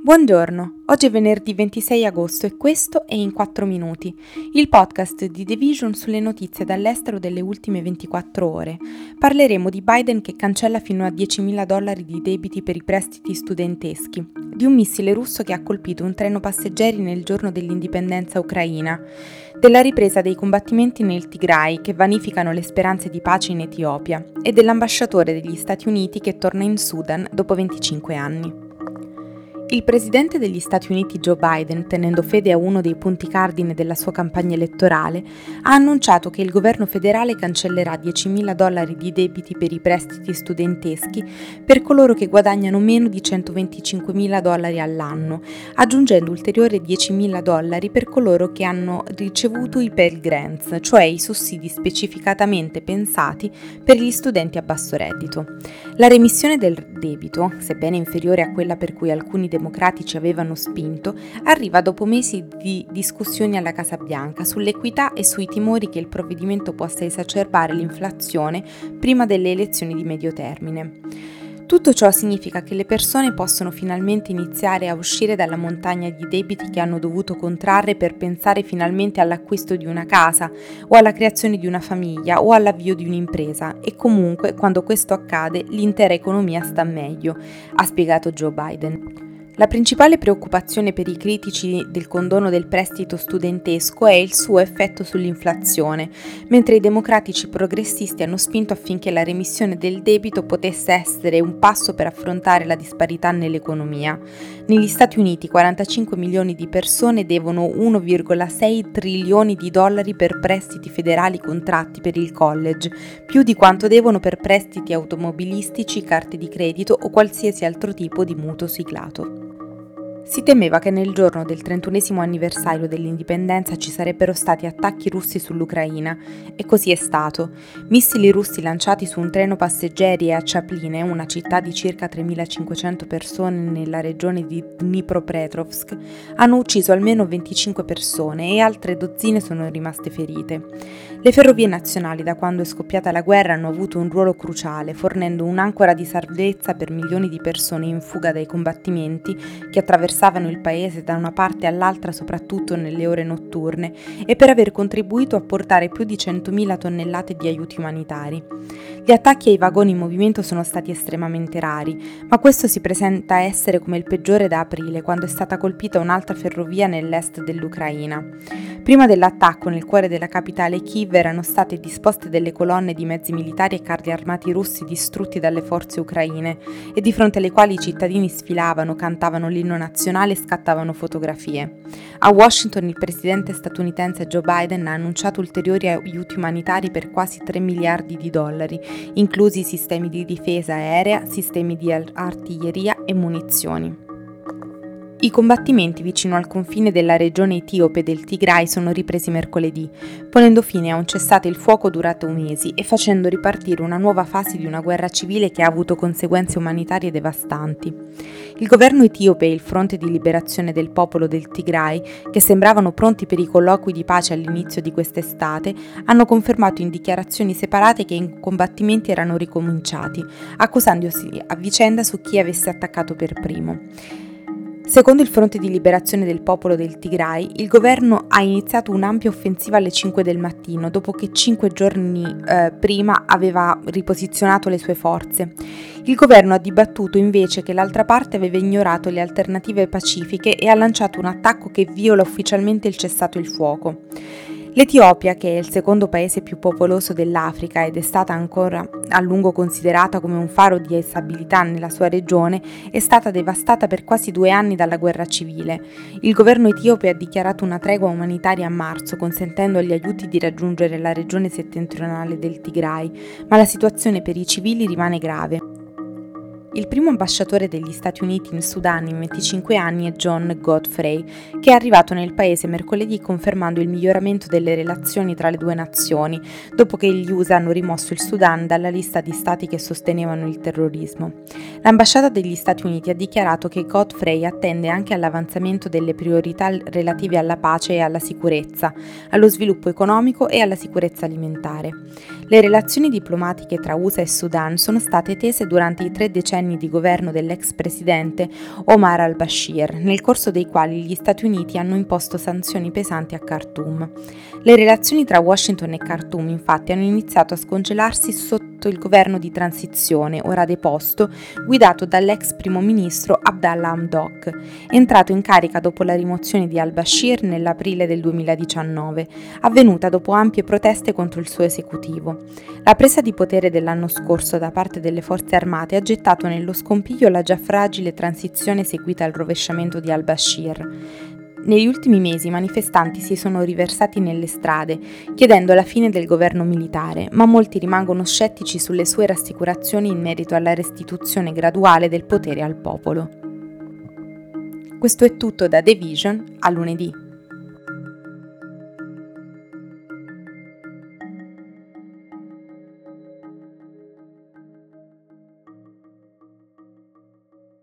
Buongiorno, oggi è venerdì 26 agosto e questo è In 4 Minuti, il podcast di The Vision sulle notizie dall'estero delle ultime 24 ore. Parleremo di Biden che cancella fino a $10.000 di debiti per i prestiti studenteschi, di un missile russo che ha colpito un treno passeggeri nel giorno dell'indipendenza ucraina, della ripresa dei combattimenti nel Tigray che vanificano le speranze di pace in Etiopia e dell'ambasciatore degli Stati Uniti che torna in Sudan dopo 25 anni. Il presidente degli Stati Uniti Joe Biden, tenendo fede a uno dei punti cardine della sua campagna elettorale, ha annunciato che il governo federale cancellerà $10.000 di debiti per i prestiti studenteschi per coloro che guadagnano meno di $125.000 all'anno, aggiungendo ulteriori $10.000 per coloro che hanno ricevuto i Pell Grants, cioè i sussidi specificatamente pensati per gli studenti a basso reddito. La remissione del debito, sebbene inferiore a quella per cui alcuni democratici avevano spinto, arriva dopo mesi di discussioni alla Casa Bianca sull'equità e sui timori che il provvedimento possa esacerbare l'inflazione prima delle elezioni di medio termine. Tutto ciò significa che le persone possono finalmente iniziare a uscire dalla montagna di debiti che hanno dovuto contrarre per pensare finalmente all'acquisto di una casa o alla creazione di una famiglia o all'avvio di un'impresa e comunque quando questo accade l'intera economia sta meglio, ha spiegato Joe Biden. La principale preoccupazione per i critici del condono del prestito studentesco è il suo effetto sull'inflazione, mentre i democratici progressisti hanno spinto affinché la remissione del debito potesse essere un passo per affrontare la disparità nell'economia. Negli Stati Uniti 45 milioni di persone devono 1,6 trilioni di dollari per prestiti federali contratti per il college, più di quanto devono per prestiti automobilistici, carte di credito o qualsiasi altro tipo di mutuo siglato. Si temeva che nel giorno del 31esimo anniversario dell'indipendenza ci sarebbero stati attacchi russi sull'Ucraina e così è stato. Missili russi lanciati su un treno passeggeri a Chapline, una città di circa 3.500 persone nella regione di Dnipropetrovsk, hanno ucciso almeno 25 persone e altre dozzine sono rimaste ferite. Le ferrovie nazionali da quando è scoppiata la guerra hanno avuto un ruolo cruciale, fornendo un'ancora di salvezza per milioni di persone in fuga dai combattimenti che attraversavano il paese da una parte all'altra soprattutto nelle ore notturne e per aver contribuito a portare più di 100.000 tonnellate di aiuti umanitari. Gli attacchi ai vagoni in movimento sono stati estremamente rari, ma questo si presenta essere come il peggiore da aprile, quando è stata colpita un'altra ferrovia nell'est dell'Ucraina. Prima dell'attacco nel cuore della capitale Kiev erano state disposte delle colonne di mezzi militari e carri armati russi distrutti dalle forze ucraine e di fronte alle quali i cittadini sfilavano, cantavano l'inno nazionale e scattavano fotografie. A Washington il presidente statunitense Joe Biden ha annunciato ulteriori aiuti umanitari per quasi 3 miliardi di dollari, inclusi sistemi di difesa aerea, sistemi di artiglieria e munizioni. I combattimenti vicino al confine della regione etiope del Tigray sono ripresi mercoledì, ponendo fine a un cessate il fuoco durato mesi e facendo ripartire una nuova fase di una guerra civile che ha avuto conseguenze umanitarie devastanti. Il governo etiope e il Fronte di Liberazione del Popolo del Tigray, che sembravano pronti per i colloqui di pace all'inizio di quest'estate, hanno confermato in dichiarazioni separate che i combattimenti erano ricominciati, accusandosi a vicenda su chi avesse attaccato per primo. Secondo il Fronte di Liberazione del Popolo del Tigray, il governo ha iniziato un'ampia offensiva alle 5 del mattino, dopo che 5 giorni prima aveva riposizionato le sue forze. Il governo ha dibattuto invece che l'altra parte aveva ignorato le alternative pacifiche e ha lanciato un attacco che viola ufficialmente il cessato il fuoco. L'Etiopia, che è il secondo paese più popoloso dell'Africa ed è stata ancora a lungo considerata come un faro di stabilità nella sua regione, è stata devastata per quasi 2 anni dalla guerra civile. Il governo etiope ha dichiarato una tregua umanitaria a marzo, consentendo agli aiuti di raggiungere la regione settentrionale del Tigray, ma la situazione per i civili rimane grave. Il primo ambasciatore degli Stati Uniti in Sudan in 25 anni è John Godfrey, che è arrivato nel paese mercoledì confermando il miglioramento delle relazioni tra le due nazioni, dopo che gli USA hanno rimosso il Sudan dalla lista di stati che sostenevano il terrorismo. L'ambasciata degli Stati Uniti ha dichiarato che Godfrey attende anche all'avanzamento delle priorità relative alla pace e alla sicurezza, allo sviluppo economico e alla sicurezza alimentare. Le relazioni diplomatiche tra USA e Sudan sono state tese durante i 3 decenni anni di governo dell'ex presidente Omar al-Bashir, nel corso dei quali gli Stati Uniti hanno imposto sanzioni pesanti a Khartoum. Le relazioni tra Washington e Khartoum, infatti, hanno iniziato a scongelarsi sotto il governo di transizione, ora deposto, guidato dall'ex primo ministro Abdallah Hamdok, entrato in carica dopo la rimozione di al-Bashir nell'aprile del 2019, avvenuta dopo ampie proteste contro il suo esecutivo. La presa di potere dell'anno scorso da parte delle forze armate ha gettato nello scompiglio la già fragile transizione seguita al rovesciamento di al-Bashir. Negli ultimi mesi i manifestanti si sono riversati nelle strade, chiedendo la fine del governo militare, ma molti rimangono scettici sulle sue rassicurazioni in merito alla restituzione graduale del potere al popolo. Questo è tutto da The Vision, a lunedì.